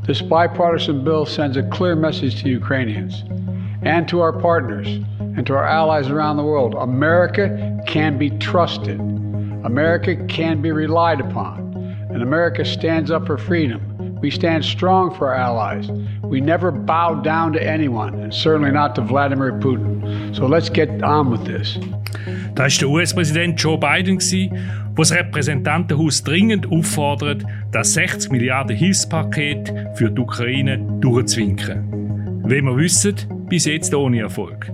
This bipartisan bill sends a clear message to Ukrainians and to our partners and to our allies around the world. America can be trusted. America can be relied upon. And America stands up for freedom. We stand strong for our allies. We never bow down to anyone, and certainly not to Vladimir Putin. So let's get on with this. Das war der US-Präsident Joe Biden, der das Repräsentantenhaus dringend auffordert, das 60 Milliarden Hilfspaket für die Ukraine durchzuwinken. Wie wir wissen, bis jetzt ohne Erfolg.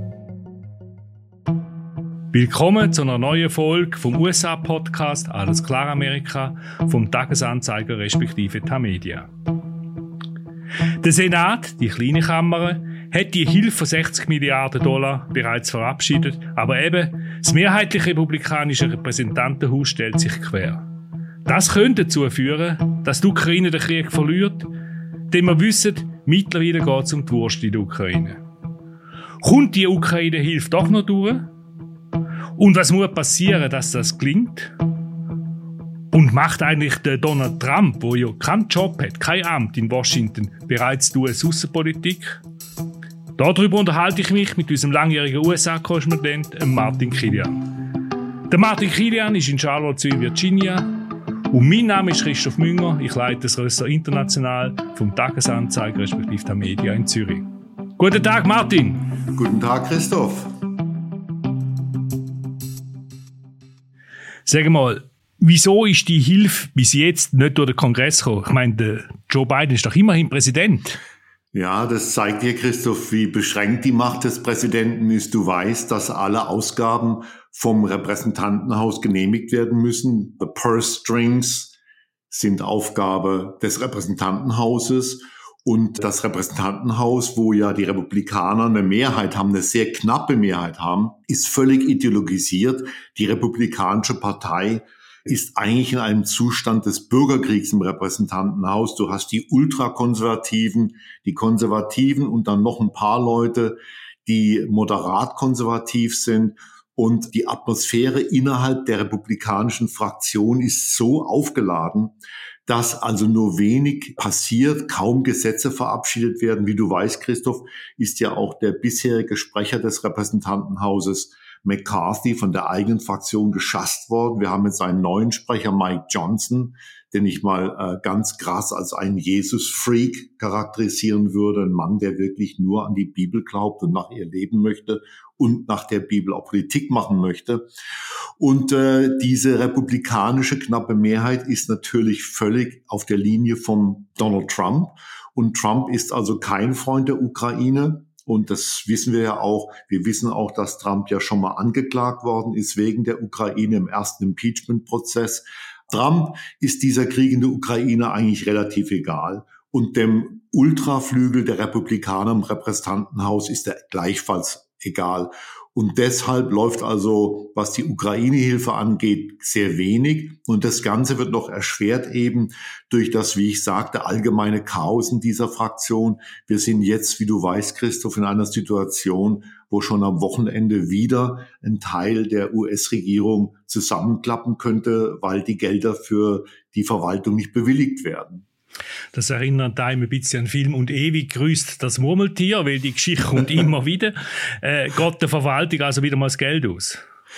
Willkommen zu einer neuen Folge vom USA-Podcast «Alles klar Amerika» vom Tagesanzeiger respektive Tamedia. Der Senat, die kleine Kammer, hat die Hilfe von 60 Milliarden Dollar bereits verabschiedet, aber eben das mehrheitlich republikanische Repräsentantenhaus stellt sich quer. Das könnte dazu führen, dass die Ukraine den Krieg verliert, denn wir wissen, mittlerweile geht es um die Wurst in der Ukraine. Kommt die Ukraine-Hilfe doch noch durch? Und was muss passieren, dass das gelingt? Und macht eigentlich der Donald Trump, der ja keinen Job hat, kein Amt in Washington, bereits die US-Außenpolitik? Darüber unterhalte ich mich mit unserem langjährigen USA-Korrespondenten Martin Kilian. Der Martin Kilian ist in Charlottesville, Virginia. Und mein Name ist Christoph Münger. Ich leite das Ressort International vom Tagesanzeiger respektive Tamedia in Zürich. Guten Tag, Martin. Guten Tag, Christoph. Sag mal, wieso ist die Hilfe bis jetzt nicht durch den Kongress gekommen? Ich meine, der Joe Biden ist doch immerhin Präsident. Ja, das zeigt dir, Christoph, wie beschränkt die Macht des Präsidenten ist. Du weißt, dass alle Ausgaben vom Repräsentantenhaus genehmigt werden müssen. The purse strings sind Aufgabe des Repräsentantenhauses. Und das Repräsentantenhaus, wo ja die Republikaner eine Mehrheit haben, eine sehr knappe Mehrheit haben, ist völlig ideologisiert. Die Republikanische Partei ist eigentlich in einem Zustand des Bürgerkriegs im Repräsentantenhaus. Du hast die Ultrakonservativen, die Konservativen und dann noch ein paar Leute, die moderat konservativ sind. Und die Atmosphäre innerhalb der republikanischen Fraktion ist so aufgeladen, dass also nur wenig passiert, kaum Gesetze verabschiedet werden. Wie du weißt, Christoph, ist ja auch der bisherige Sprecher des Repräsentantenhauses McCarthy von der eigenen Fraktion geschasst worden. Wir haben jetzt einen neuen Sprecher, Mike Johnson, den ich mal ganz krass als einen Jesus-Freak charakterisieren würde. Ein Mann, der wirklich nur an die Bibel glaubt und nach ihr leben möchte und nach der Bibel auch Politik machen möchte. Und diese republikanische knappe Mehrheit ist natürlich völlig auf der Linie von Donald Trump. Und Trump ist also kein Freund der Ukraine. Und das wissen wir ja auch. Wir wissen auch, dass Trump ja schon mal angeklagt worden ist wegen der Ukraine im ersten Impeachment-Prozess. Trump ist dieser Krieg in der Ukraine eigentlich relativ egal. Und dem Ultraflügel der Republikaner im Repräsentantenhaus ist er gleichfalls egal. Und deshalb läuft also, was die Ukraine-Hilfe angeht, sehr wenig. Und das Ganze wird noch erschwert eben durch das, wie ich sagte, allgemeine Chaos in dieser Fraktion. Wir sind jetzt, wie du weißt, Christoph, in einer Situation, wo schon am Wochenende wieder ein Teil der US-Regierung zusammenklappen könnte, weil die Gelder für die Verwaltung nicht bewilligt werden. Das erinnert einem ein bisschen an Film «Und ewig grüßt das Murmeltier», weil die Geschichte kommt immer wieder. Geht der Verwaltung also wieder mal das Geld aus?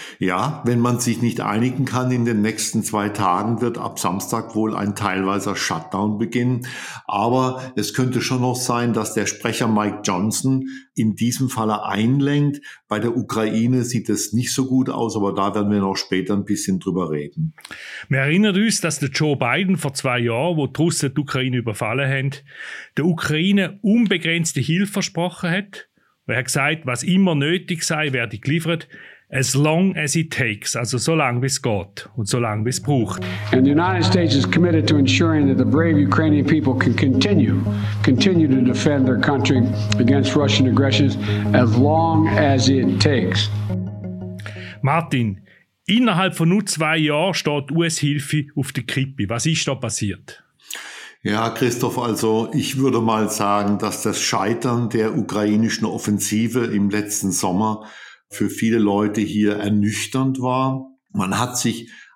Ja, wenn man sich nicht einigen kann in den nächsten 2 Tagen, wird ab Samstag wohl ein teilweiser Shutdown beginnen. Aber es könnte schon noch sein, dass der Sprecher Mike Johnson in diesem Falle einlenkt. Bei der Ukraine sieht es nicht so gut aus, aber da werden wir noch später ein bisschen drüber reden. Wir erinnern uns, dass der Joe Biden vor 2 Jahren, wo die Russen die Ukraine überfallen haben, der Ukraine unbegrenzte Hilfe versprochen hat. Er hat gesagt, was immer nötig sei, werde geliefert. As long as it takes, also so lange wie es geht und so lange wie es braucht. And the United States is committed to ensuring that the brave Ukrainian people can continue to defend their country against Russian aggression as long as it takes. Martin, innerhalb von nur 2 Jahren steht US-Hilfe auf der Kippe. Was ist da passiert? Ja, Christoph, also ich würde mal sagen, dass das Scheitern der ukrainischen Offensive im letzten Sommer für viele Leute hier ernüchternd war. Man hat sich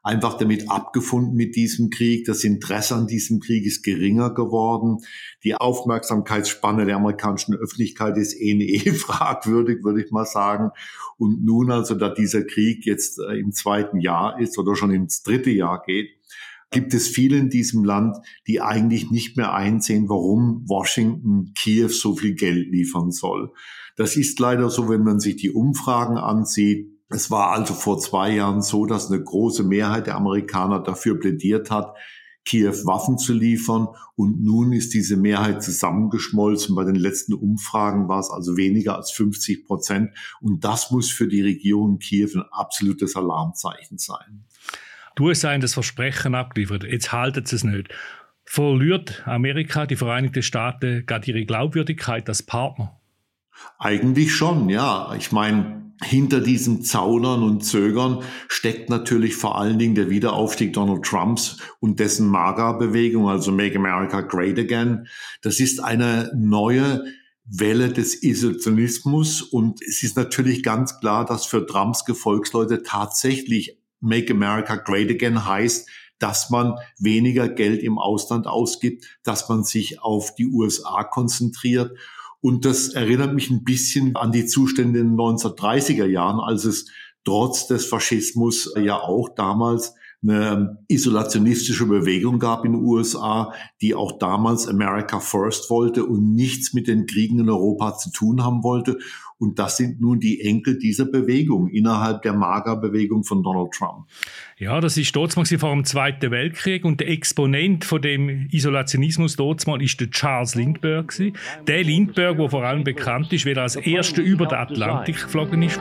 einfach damit abgefunden mit diesem Krieg. Das Interesse an diesem Krieg ist geringer geworden. Die Aufmerksamkeitsspanne der amerikanischen Öffentlichkeit ist fragwürdig, würde ich mal sagen. Und nun also, da dieser Krieg jetzt im 2. Jahr ist oder schon ins 3. Jahr geht, gibt es viele in diesem Land, die eigentlich nicht mehr einsehen, warum Washington Kiew so viel Geld liefern soll. Das ist leider so, wenn man sich die Umfragen ansieht. Es war also vor 2 Jahren so, dass eine große Mehrheit der Amerikaner dafür plädiert hat, Kiew Waffen zu liefern. Und nun ist diese Mehrheit zusammengeschmolzen. Bei den letzten Umfragen war es also weniger als 50%. Und das muss für die Regierung Kiew ein absolutes Alarmzeichen sein. Die USA haben das Versprechen abgeliefert, jetzt halten sie es nicht. Verliert Amerika, die Vereinigten Staaten, gerade ihre Glaubwürdigkeit als Partner? Eigentlich schon, ja. Ich meine, hinter diesem Zaudern und Zögern steckt natürlich vor allen Dingen der Wiederaufstieg Donald Trumps und dessen MAGA-Bewegung, also Make America Great Again. Das ist eine neue Welle des Isolationismus und es ist natürlich ganz klar, dass für Trumps Gefolgsleute tatsächlich Make America Great Again heißt, dass man weniger Geld im Ausland ausgibt, dass man sich auf die USA konzentriert. Und das erinnert mich ein bisschen an die Zustände in den 1930er Jahren, als es trotz des Faschismus ja auch damals eine isolationistische Bewegung gab in den USA, die auch damals America First wollte und nichts mit den Kriegen in Europa zu tun haben wollte. Und das sind nun die Enkel dieser Bewegung innerhalb der MAGA-Bewegung von Donald Trump. Ja, das ist damals vor dem Zweiten Weltkrieg und der Exponent von dem Isolationismus damals ist der Charles Lindbergh. Der Lindbergh, der vor allem bekannt ist, weil er als erster über den Atlantik geflogen ist.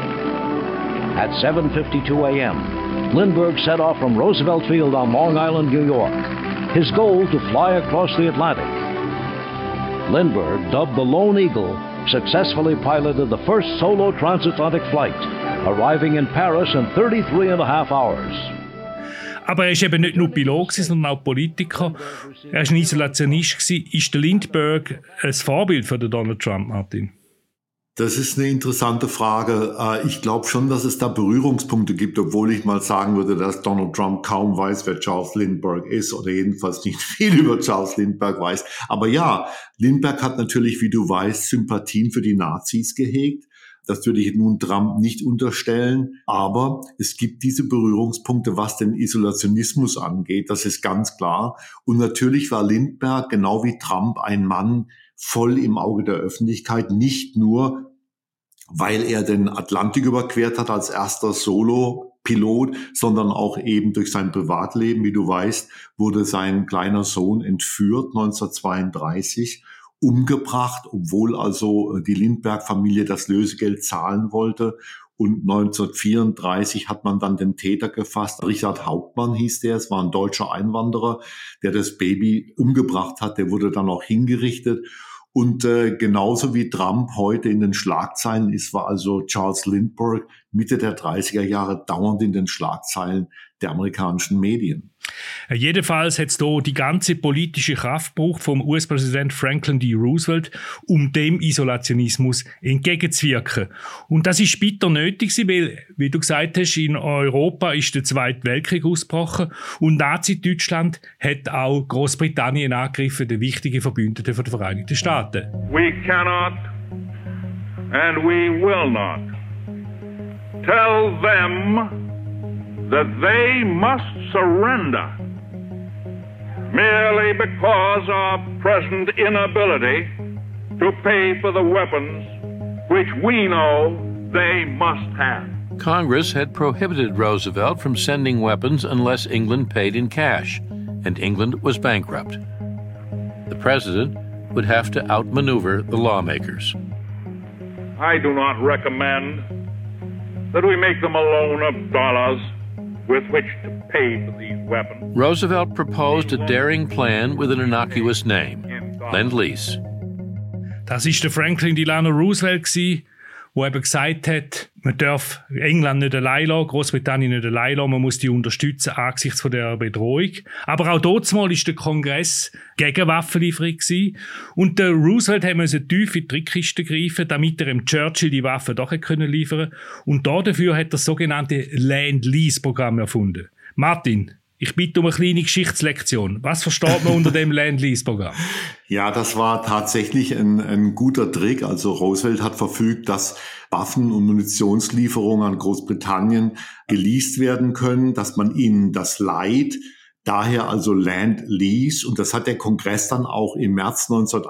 At 7:52 a.m., Lindbergh set off from Roosevelt Field on Long Island, New York. His goal to fly across the Atlantic. Lindbergh, dubbed the Lone Eagle, successfully piloted the first solo transatlantic flight, arriving in Paris in 33.5 hours. Aber er ist eben nicht nur Pilot, sondern auch Politiker. Er war ein Isolationist. Ist der Lindbergh ein Vorbild für den Donald Trump, Martin? Das ist eine interessante Frage. Ich glaube schon, dass es da Berührungspunkte gibt, obwohl ich mal sagen würde, dass Donald Trump kaum weiß, wer Charles Lindbergh ist oder jedenfalls nicht viel über Charles Lindbergh weiß. Aber ja, Lindbergh hat natürlich, wie du weißt, Sympathien für die Nazis gehegt. Das würde ich nun Trump nicht unterstellen. Aber es gibt diese Berührungspunkte, was den Isolationismus angeht. Das ist ganz klar. Und natürlich war Lindbergh, genau wie Trump, ein Mann voll im Auge der Öffentlichkeit. Nicht nur, weil er den Atlantik überquert hat als erster Solo-Pilot, sondern auch eben durch sein Privatleben. Wie du weißt, wurde sein kleiner Sohn entführt 1932, umgebracht, obwohl also die Lindbergh-Familie das Lösegeld zahlen wollte. Und 1934 hat man dann den Täter gefasst. Richard Hauptmann hieß der. Es war ein deutscher Einwanderer, der das Baby umgebracht hat. Der wurde dann auch hingerichtet. Und genauso wie Trump heute in den Schlagzeilen ist, war also Charles Lindbergh Mitte der 30er Jahre dauernd in den Schlagzeilen der amerikanischen Medien. Jedenfalls hat es hier die ganze politische Kraft gebraucht vom US-Präsident Franklin D. Roosevelt, um dem Isolationismus entgegenzuwirken. Und das ist bitter nötig, weil, wie du gesagt hast, in Europa ist der Zweite Weltkrieg ausgebrochen und Nazi-Deutschland hat auch Großbritannien angegriffen, der wichtige Verbündete der Vereinigten Staaten. We cannot and we will not tell them that they must surrender merely because of present inability to pay for the weapons which we know they must have. Congress had prohibited Roosevelt from sending weapons unless England paid in cash, and England was bankrupt. The president would have to outmaneuver the lawmakers. I do not recommend that we make them a loan of dollars with which to pay for these weapons. Roosevelt proposed a daring plan with an innocuous name, Lend-Lease. Das ist der Franklin Delano Roosevelt, der eben gesagt hat, man darf England nicht allein lassen, Großbritannien nicht allein lassen, man muss die unterstützen angesichts von der Bedrohung. Aber auch dort mal war der Kongress gegen Waffenlieferung gewesen. Und der Roosevelt musste tief in die Trickkiste greifen, damit er dem Churchill die Waffen doch liefern konnte. Und dafür hat er das sogenannte Land-Lease-Programm erfunden. Martin, ich bitte um eine kleine Geschichtslektion. Was versteht man unter dem Land-Lease-Programm? Ja, das war tatsächlich ein guter Trick. Also Roosevelt hat verfügt, dass Waffen- und Munitionslieferungen an Großbritannien geleast werden können, dass man ihnen das leiht. Daher also Land Lease. Und das hat der Kongress dann auch im März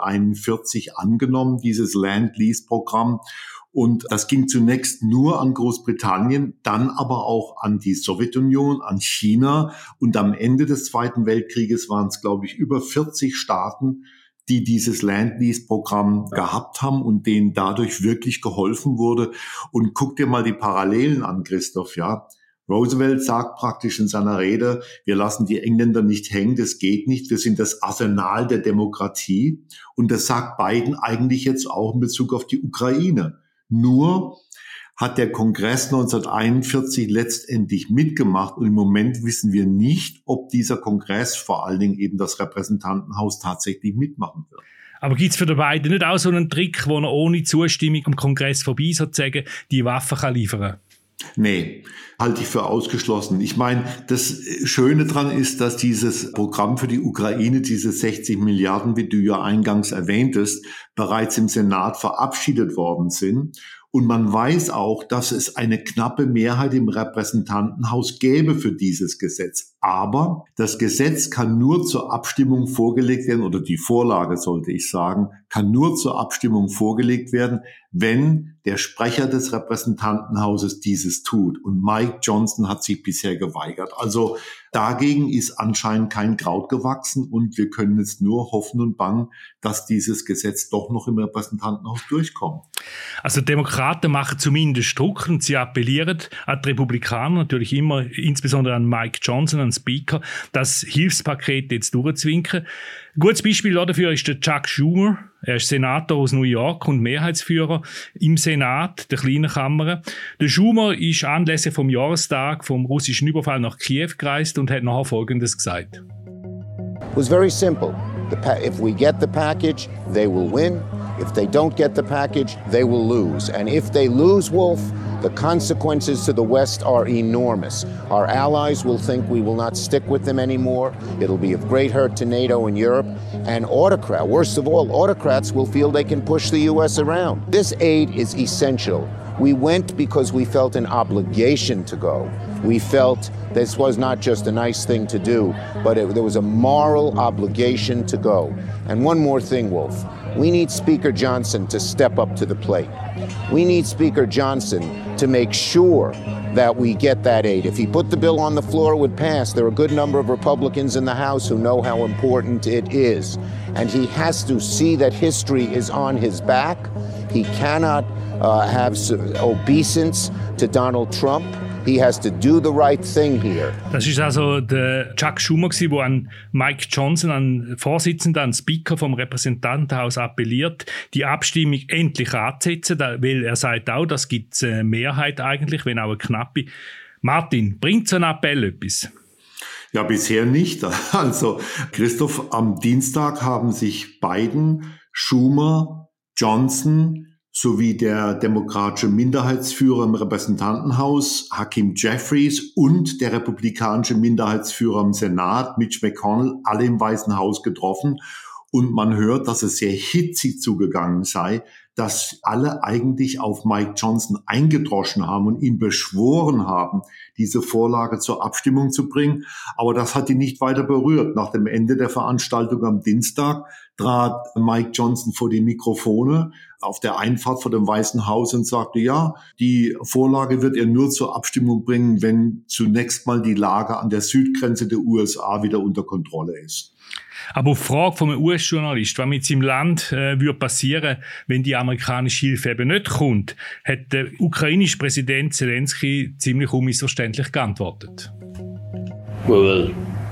1941 angenommen, dieses Land Lease-Programm. Und das ging zunächst nur an Großbritannien, dann aber auch an die Sowjetunion, an China. Und am Ende des Zweiten Weltkrieges waren es, glaube ich, über 40 Staaten, die dieses Land-Lease-Programm gehabt haben und denen dadurch wirklich geholfen wurde. Und guck dir mal die Parallelen an, Christoph, ja. Roosevelt sagt praktisch in seiner Rede, wir lassen die Engländer nicht hängen, das geht nicht, wir sind das Arsenal der Demokratie. Und das sagt Biden eigentlich jetzt auch in Bezug auf die Ukraine. Nur hat der Kongress 1941 letztendlich mitgemacht und im Moment wissen wir nicht, ob dieser Kongress, vor allen Dingen eben das Repräsentantenhaus, tatsächlich mitmachen wird. Aber gibt es für den Biden nicht auch so einen Trick, wo er ohne Zustimmung am Kongress vorbei sozusagen die Waffen kann liefern kann? Nee, halte ich für ausgeschlossen. Ich meine, das Schöne dran ist, dass dieses Programm für die Ukraine, diese 60 Milliarden, wie du ja eingangs erwähntest, bereits im Senat verabschiedet worden sind. Und man weiß auch, dass es eine knappe Mehrheit im Repräsentantenhaus gäbe für dieses Gesetz. Aber das Gesetz kann nur zur Abstimmung vorgelegt werden, oder die Vorlage, sollte ich sagen, kann nur zur Abstimmung vorgelegt werden, wenn der Sprecher des Repräsentantenhauses dieses tut. Und Mike Johnson hat sich bisher geweigert. Also dagegen ist anscheinend kein Kraut gewachsen und wir können jetzt nur hoffen und bangen, dass dieses Gesetz doch noch im Repräsentantenhaus durchkommt. Also die Demokraten machen zumindest Druck und sie appellieren an die Republikaner, natürlich immer, insbesondere an Mike Johnson, an den Speaker, das Hilfspaket jetzt durchzuwinken. Ein gutes Beispiel dafür ist der Chuck Schumer. Er ist Senator aus New York und Mehrheitsführer im Senat, der kleinen Kammer. Der Schumer ist anlässlich vom Jahrestag vom russischen Überfall nach Kiew gereist und hat nachher Folgendes gesagt. It was very simple. If we get the package, they will win. If they don't get the package, they will lose. And if they lose, Wolf, the consequences to the West are enormous. Our allies will think we will not stick with them anymore. It'll be of great hurt to NATO and Europe. And worst of all, autocrats will feel they can push the U.S. around. This aid is essential. We went because we felt an obligation to go. We felt this was not just a nice thing to do, but there was a moral obligation to go. And one more thing, Wolf. We need Speaker Johnson to step up to the plate. We need Speaker Johnson to make sure that we get that aid. If he put the bill on the floor, it would pass. There are a good number of Republicans in the House who know how important it is. And he has to see that history is on his back. He cannot have obeisance to Donald Trump. He has to do the right thing here. Das ist also der Chuck Schumer, der an Mike Johnson, an Vorsitzenden, an Speaker vom Repräsentantenhaus appelliert, die Abstimmung endlich anzusetzen, weil er sagt auch, das gibt eine Mehrheit eigentlich, wenn auch eine knappe. Martin, bringt so ein Appell etwas? Ja, bisher nicht. Also, Christoph, am Dienstag haben sich Biden, Schumer, Johnson sowie der demokratische Minderheitsführer im Repräsentantenhaus, Hakeem Jeffries, und der republikanische Minderheitsführer im Senat, Mitch McConnell, alle im Weißen Haus getroffen. Und man hört, dass es sehr hitzig zugegangen sei, dass alle eigentlich auf Mike Johnson eingedroschen haben und ihn beschworen haben, diese Vorlage zur Abstimmung zu bringen. Aber das hat ihn nicht weiter berührt. Nach dem Ende der Veranstaltung am Dienstag trat Mike Johnson vor die Mikrofone auf der Einfahrt vor dem Weißen Haus und sagte, ja, die Vorlage wird er nur zur Abstimmung bringen, wenn zunächst mal die Lage an der Südgrenze der USA wieder unter Kontrolle ist. Aber auf die Frage von einem US-Journalist, was mit seinem Land würde passieren, wenn die amerikanische Hilfe eben nicht kommt, hat der ukrainische Präsident Zelensky ziemlich unmissverständlich geantwortet. We will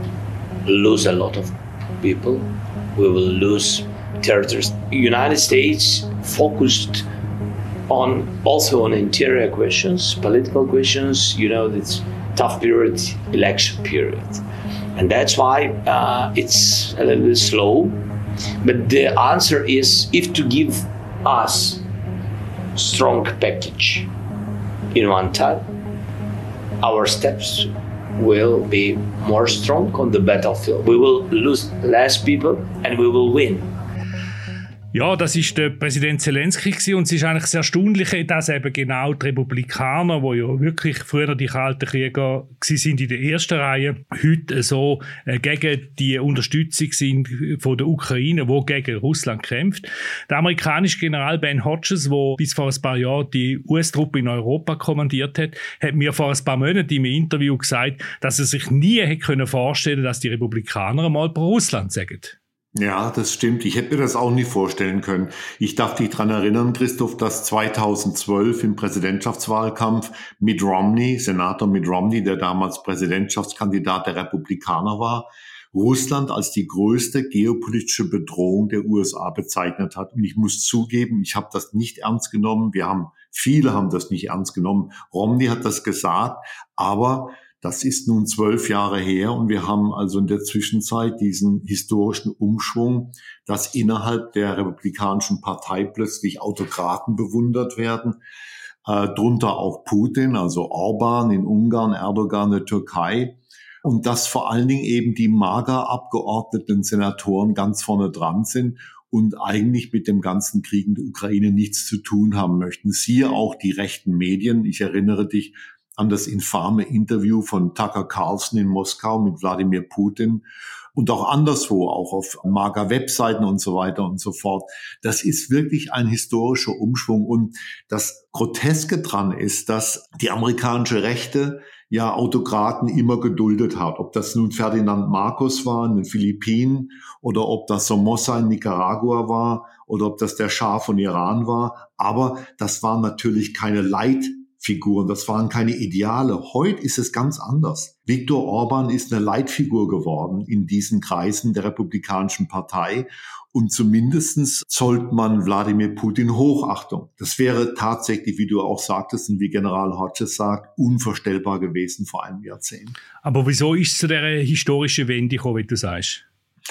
lose a lot of people. We will lose territories. The United States focused also on interior questions, political questions, this tough period, election period. And that's why it's a little bit slow. But the answer is, if to give us strong package in one time, our steps will be more strong on the battlefield. We will lose less people and we will win. Ja, das ist der Präsident Zelensky gewesen, und es ist eigentlich das Erstaunliche, dass eben genau die Republikaner, die ja wirklich früher die kalten Krieger sind in der ersten Reihe, heute so gegen die Unterstützung sind von der Ukraine, die gegen Russland kämpft. Der amerikanische General Ben Hodges, der bis vor ein paar Jahren die US-Truppe in Europa kommandiert hat mir vor ein paar Monaten im Interview gesagt, dass er sich nie hätte vorstellen können, dass die Republikaner einmal pro Russland sagen. Ja, das stimmt. Ich hätte mir das auch nie vorstellen können. Ich darf dich daran erinnern, Christoph, dass 2012 im Präsidentschaftswahlkampf Mitt Romney, Senator Mitt Romney, der damals Präsidentschaftskandidat der Republikaner war, Russland als die größte geopolitische Bedrohung der USA bezeichnet hat. Und ich muss zugeben, ich habe das nicht ernst genommen. Viele haben das nicht ernst genommen. Romney hat das gesagt, aber das ist nun 12 Jahre her, und wir haben also in der Zwischenzeit diesen historischen Umschwung, dass innerhalb der Republikanischen Partei plötzlich Autokraten bewundert werden, drunter auch Putin, also Orban in Ungarn, Erdogan in der Türkei, und dass vor allen Dingen eben die MAGA-Abgeordneten, Senatoren ganz vorne dran sind und eigentlich mit dem ganzen Krieg in der Ukraine nichts zu tun haben möchten. Siehe auch die rechten Medien. Ich erinnere dich an das infame Interview von Tucker Carlson in Moskau mit Wladimir Putin und auch anderswo, auch auf MAGA-Webseiten und so weiter und so fort. Das ist wirklich ein historischer Umschwung, und das Groteske dran ist, dass die amerikanische Rechte ja Autokraten immer geduldet hat. Ob das nun Ferdinand Marcos war in den Philippinen oder ob das Somoza in Nicaragua war oder ob das der Schah von Iran war. Aber das waren natürlich keine Leitfiguren, das waren keine Ideale. Heute ist es ganz anders. Viktor Orban ist eine Leitfigur geworden in diesen Kreisen der Republikanischen Partei, und zumindestens zollt man Wladimir Putin Hochachtung. Das wäre tatsächlich, wie du auch sagtest und wie General Hodges sagt, unvorstellbar gewesen vor einem Jahrzehnt. Aber wieso ist es zu dieser historischen Wende gekommen, wie du sagst?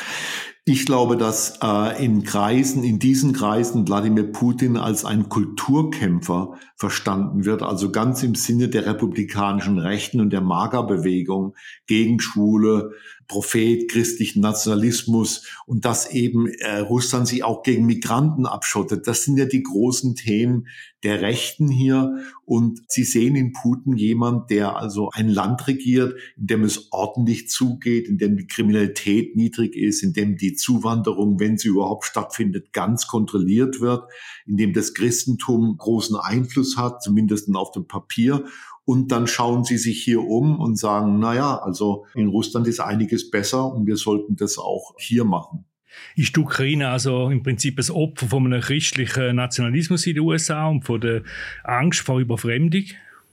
Ich glaube, dass in diesen Kreisen Wladimir Putin als ein Kulturkämpfer verstanden wird, also ganz im Sinne der republikanischen Rechten und der MAGA-Bewegung gegen Schwule, Prophet, christlichen Nationalismus, und dass eben Russland sich auch gegen Migranten abschottet. Das sind ja die großen Themen der Rechten hier, und sie sehen in Putin jemand, der also ein Land regiert, in dem es ordentlich zugeht, in dem die Kriminalität niedrig ist, in dem die Zuwanderung, wenn sie überhaupt stattfindet, ganz kontrolliert wird, in dem das Christentum großen Einfluss hat, zumindest auf dem Papier. Und dann schauen sie sich hier um und sagen, also in Russland ist einiges besser und wir sollten das auch hier machen. Ist die Ukraine also im Prinzip ein Opfer von einem christlichen Nationalismus in den USA und von der Angst vor Überfremdung?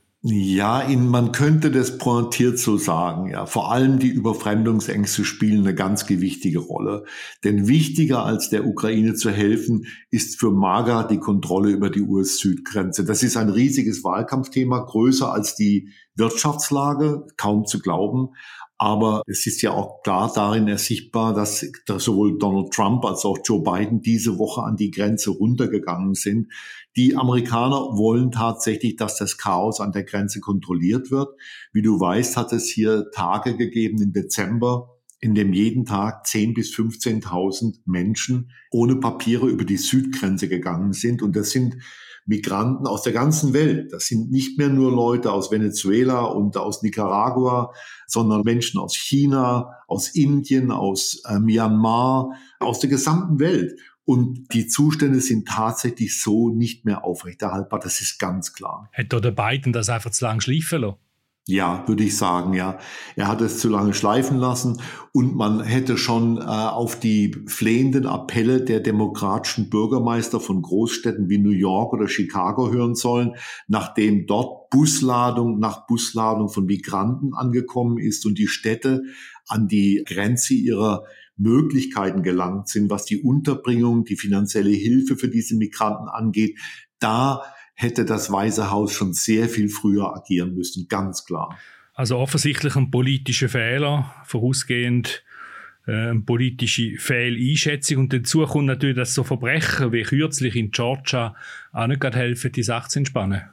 Ja, man könnte das pointiert so sagen. Ja, vor allem die Überfremdungsängste spielen eine ganz gewichtige Rolle. Denn wichtiger als der Ukraine zu helfen, ist für MAGA die Kontrolle über die US-Südgrenze. Das ist ein riesiges Wahlkampfthema, größer als die Wirtschaftslage, kaum zu glauben. Aber es ist ja auch klar darin ersichtbar, dass sowohl Donald Trump als auch Joe Biden diese Woche an die Grenze runtergegangen sind. Die Amerikaner wollen tatsächlich, dass das Chaos an der Grenze kontrolliert wird. Wie du weißt, hat es hier Tage gegeben im Dezember, in dem jeden Tag 10.000 bis 15.000 Menschen ohne Papiere über die Südgrenze gegangen sind. Und das sind Migranten aus der ganzen Welt. Das sind nicht mehr nur Leute aus Venezuela und aus Nicaragua, sondern Menschen aus China, aus Indien, aus Myanmar, aus der gesamten Welt. Und die Zustände sind tatsächlich so nicht mehr aufrechterhaltbar. Das ist ganz klar. Hat da der Biden das einfach zu lange schleifen lassen? Ja, würde ich sagen, ja. Er hat es zu lange schleifen lassen, und man hätte schon auf die flehenden Appelle der demokratischen Bürgermeister von Großstädten wie New York oder Chicago hören sollen, nachdem dort Busladung nach Busladung von Migranten angekommen ist und die Städte an die Grenze ihrer Möglichkeiten gelangt sind, was die Unterbringung, die finanzielle Hilfe für diese Migranten angeht. Da hätte das Weiße Haus schon sehr viel früher agieren müssen, ganz klar. Also offensichtlich ein politischer Fehler, vorausgehend eine politische Fehleinschätzung. Und dazu kommt natürlich, dass so Verbrechen wie kürzlich in Georgia auch nicht gerade helfen, die Sache zu entspannen.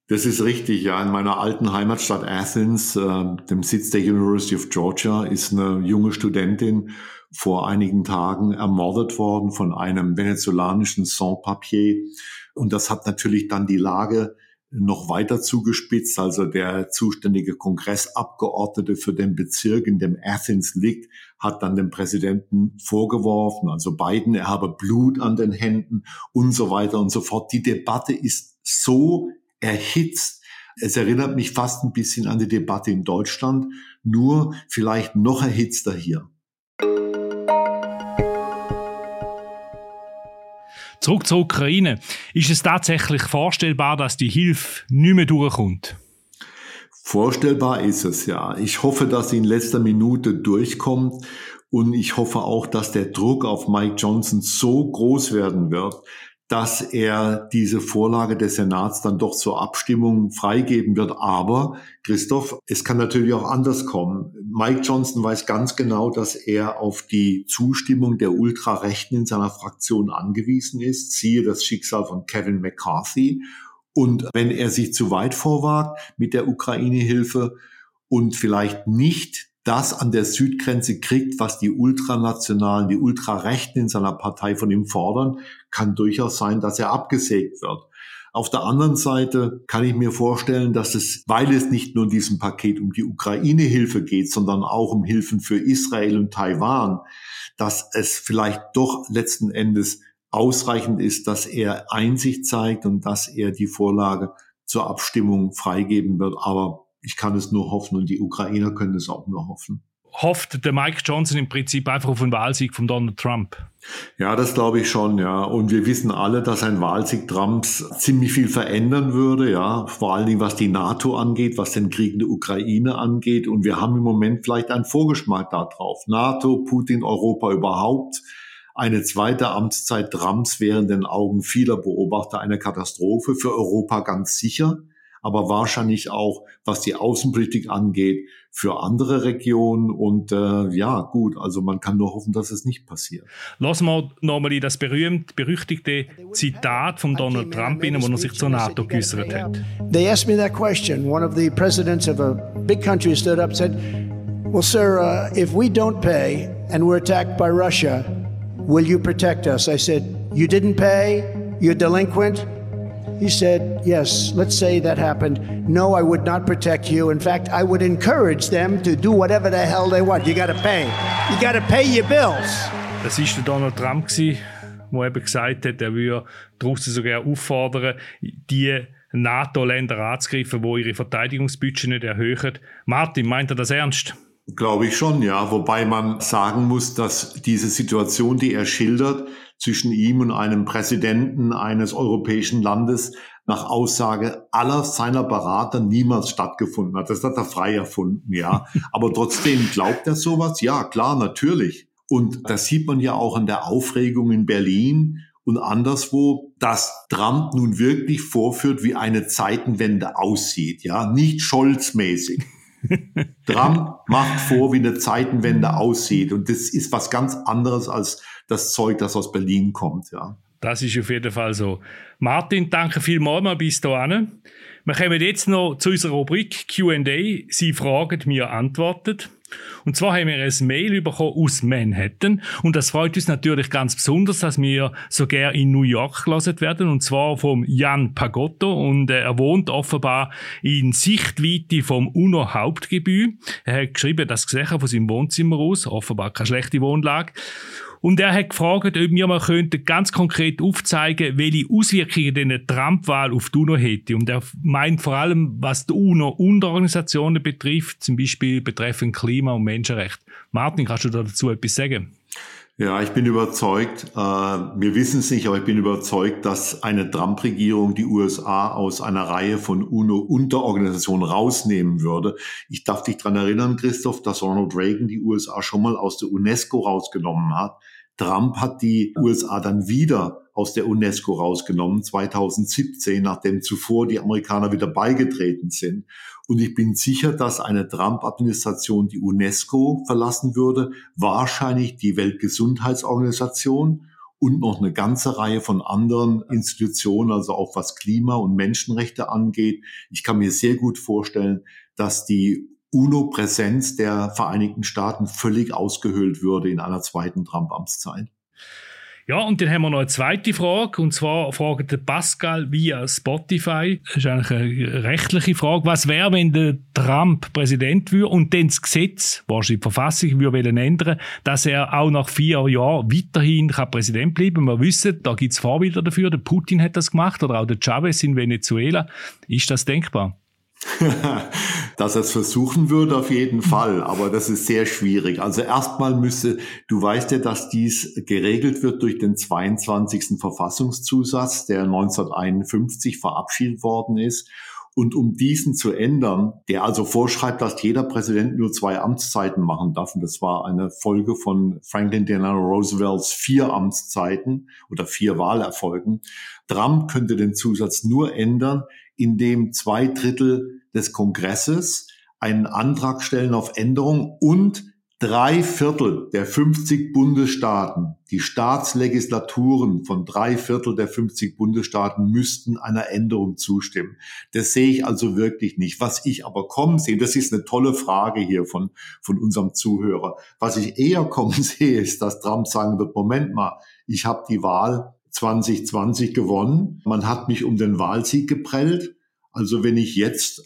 Das ist richtig, ja. In meiner alten Heimatstadt Athens, dem Sitz der University of Georgia, ist eine junge Studentin vor einigen Tagen ermordet worden von einem venezolanischen Sans-Papier. Und das hat natürlich dann die Lage noch weiter zugespitzt. Also der zuständige Kongressabgeordnete für den Bezirk, in dem Athens liegt, hat dann dem Präsidenten vorgeworfen, also Biden, er habe Blut an den Händen und so weiter und so fort. Die Debatte ist so erhitzt. Es erinnert mich fast ein bisschen an die Debatte in Deutschland, nur vielleicht noch erhitzter hier. Zurück zur Ukraine. Ist es tatsächlich vorstellbar, dass die Hilfe nicht mehr durchkommt? Vorstellbar ist es, ja. Ich hoffe, dass sie in letzter Minute durchkommt und ich hoffe auch, dass der Druck auf Mike Johnson so groß werden wird, dass er diese Vorlage des Senats dann doch zur Abstimmung freigeben wird. Aber, Christoph, es kann natürlich auch anders kommen. Mike Johnson weiß ganz genau, dass er auf die Zustimmung der Ultrarechten in seiner Fraktion angewiesen ist. Siehe das Schicksal von Kevin McCarthy. Und wenn er sich zu weit vorwagt mit der Ukraine-Hilfe und vielleicht nicht das an der Südgrenze kriegt, was die Ultranationalen, die Ultrarechten in seiner Partei von ihm fordern, kann durchaus sein, dass er abgesägt wird. Auf der anderen Seite kann ich mir vorstellen, dass es, weil es nicht nur in diesem Paket um die Ukraine-Hilfe geht, sondern auch um Hilfen für Israel und Taiwan, dass es vielleicht doch letzten Endes ausreichend ist, dass er Einsicht zeigt und dass er die Vorlage zur Abstimmung freigeben wird. Aber ich kann es nur hoffen und die Ukrainer können es auch nur hoffen. Hofft der Mike Johnson im Prinzip einfach auf einen Wahlsieg von Donald Trump? Ja, das glaube ich schon, ja. Und wir wissen alle, dass ein Wahlsieg Trumps ziemlich viel verändern würde, ja. Vor allen Dingen, was die NATO angeht, was den Krieg in der Ukraine angeht. Und wir haben im Moment vielleicht einen Vorgeschmack darauf. NATO, Putin, Europa überhaupt. Eine zweite Amtszeit Trumps wäre in den Augen vieler Beobachter eine Katastrophe, für Europa ganz sicher, aber wahrscheinlich auch, was die Außenpolitik angeht, für andere Regionen. Und ja, gut, also man kann nur hoffen, dass es nicht passiert. Lassen wir nochmal das berüchtigte Zitat von Donald Trump in, wo er sich zur NATO geäußert hat. They asked me that question. One of the presidents of a big country stood up and said, well, sir, if we don't pay and we're attacked by Russia, will you protect us? I said, you didn't pay? You're delinquent? He said, yes, let's say that happened. No, I would not protect you. In fact, I would encourage them to do whatever the hell they want. You got to pay. You got to pay your bills. Das war der Donald Trump, der eben gesagt hat, er würde die Russen sogar auffordern, die NATO-Länder anzugreifen, die ihre Verteidigungsbudget nicht erhöhen. Martin, meint er das ernst? Glaube ich schon, ja. Wobei man sagen muss, dass diese Situation, die er schildert, zwischen ihm und einem Präsidenten eines europäischen Landes nach Aussage aller seiner Berater niemals stattgefunden hat. Das hat er frei erfunden, ja. Aber trotzdem glaubt er sowas? Ja, klar, natürlich. Und das sieht man ja auch an der Aufregung in Berlin und anderswo, dass Trump nun wirklich vorführt, wie eine Zeitenwende aussieht, ja. Nicht Scholz-mäßig. Trump macht vor, wie eine Zeitenwende aussieht. Und das ist was ganz anderes als das Zeug, das aus Berlin kommt, ja. Das ist auf jeden Fall so. Martin, danke vielmals mal bis hierhin. Wir kommen jetzt noch zu unserer Rubrik Q&A. Sie fragen, wir antworten. Und zwar haben wir ein Mail bekommen aus Manhattan. Und das freut uns natürlich ganz besonders, dass wir so gerne in New York gelassen werden. Und zwar vom Jan Pagotto. Und er wohnt offenbar in Sichtweite vom UNO-Hauptgebäude. Er hat geschrieben, das gesehen von seinem Wohnzimmer aus. Offenbar keine schlechte Wohnlage. Und er hat gefragt, ob wir mal ganz konkret aufzeigen, welche Auswirkungen eine Trump-Wahl auf die UNO hätte. Und er meint vor allem, was die UNO-Unterorganisationen betrifft, zum Beispiel betreffend Klima- und Menschenrecht. Martin, kannst du dazu etwas sagen? Ja, ich bin überzeugt, wir wissen es nicht, aber ich bin überzeugt, dass eine Trump-Regierung die USA aus einer Reihe von UNO-Unterorganisationen rausnehmen würde. Ich darf dich daran erinnern, Christoph, dass Ronald Reagan die USA schon mal aus der UNESCO rausgenommen hat. Trump hat die USA dann wieder aus der UNESCO rausgenommen, 2017, nachdem zuvor die Amerikaner wieder beigetreten sind. Und ich bin sicher, dass eine Trump-Administration die UNESCO verlassen würde, wahrscheinlich die Weltgesundheitsorganisation und noch eine ganze Reihe von anderen Institutionen, also auch was Klima- und Menschenrechte angeht. Ich kann mir sehr gut vorstellen, dass die UNO-Präsenz der Vereinigten Staaten völlig ausgehöhlt würde in einer zweiten Trump-Amtszeit. Ja, und dann haben wir noch eine zweite Frage, und zwar fragt Pascal via Spotify. Das ist eigentlich eine rechtliche Frage. Was wäre, wenn der Trump Präsident würde und dann das Gesetz, wahrscheinlich die Verfassung, würde ändern, dass er auch nach 4 Jahren weiterhin Präsident bleiben kann? Wir wissen, da gibt es Vorbilder dafür. Der Putin hat das gemacht oder auch der Chavez in Venezuela. Ist das denkbar? Dass er es versuchen würde, auf jeden Fall, aber das ist sehr schwierig. Also erstmal du weißt ja, dass dies geregelt wird durch den 22. Verfassungszusatz, der 1951 verabschiedet worden ist. Und um diesen zu ändern, der also vorschreibt, dass jeder Präsident nur 2 Amtszeiten machen darf, und das war eine Folge von Franklin Delano Roosevelts 4 Amtszeiten oder 4 Wahlerfolgen. Trump könnte den Zusatz nur ändern, indem 2/3 des Kongresses einen Antrag stellen auf Änderung und 3/4 der 50 Bundesstaaten, die Staatslegislaturen von 3/4 der 50 Bundesstaaten müssten einer Änderung zustimmen. Das sehe ich also wirklich nicht. Was ich aber kommen sehe, das ist eine tolle Frage hier von unserem Zuhörer. Was ich eher kommen sehe, ist, dass Trump sagen wird, Moment mal, ich habe die Wahl 2020 gewonnen. Man hat mich um den Wahlsieg geprellt. Also wenn ich jetzt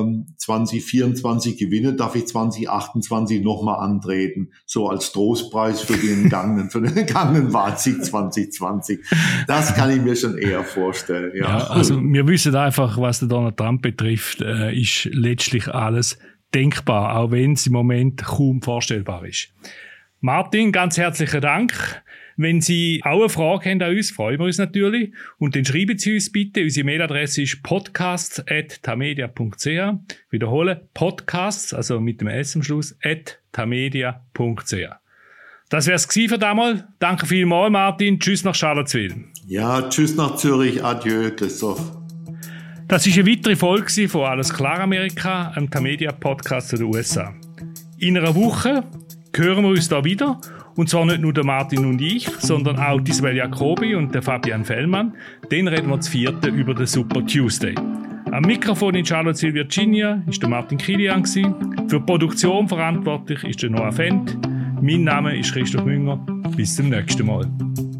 2024 gewinne, darf ich 2028 nochmal antreten. So als Trostpreis für den entgangenen Wahlsieg 2020. Das kann ich mir schon eher vorstellen. Ja, also wir wissen einfach, was den Donald Trump betrifft, ist letztlich alles denkbar, auch wenn es im Moment kaum vorstellbar ist. Martin, ganz herzlichen Dank. Wenn Sie auch eine Frage haben an uns, freuen wir uns natürlich. Und dann schreiben Sie uns bitte. Unsere Mailadresse ist podcasts@tamedia.ch. Wiederholen, Podcasts, also mit dem S am Schluss, @tamedia.ch. Das wäre es für damals. Danke vielmals, Martin. Tschüss nach Charlottesville. Ja, tschüss nach Zürich. Adieu, Christoph. Das war eine weitere Folge von Alles klar Amerika, einem Tamedia-Podcast zu den USA. In einer Woche hören wir uns da wieder. Und zwar nicht nur der Martin und ich, sondern auch Isabel Jacobi und der Fabian Fellmann. Dann reden wir zu 4. über den Super Tuesday. Am Mikrofon in Charlottesville, Virginia, ist der Martin Kilian gewesen. Für die Produktion verantwortlich ist der Noah Fendt. Mein Name ist Christoph Münger. Bis zum nächsten Mal.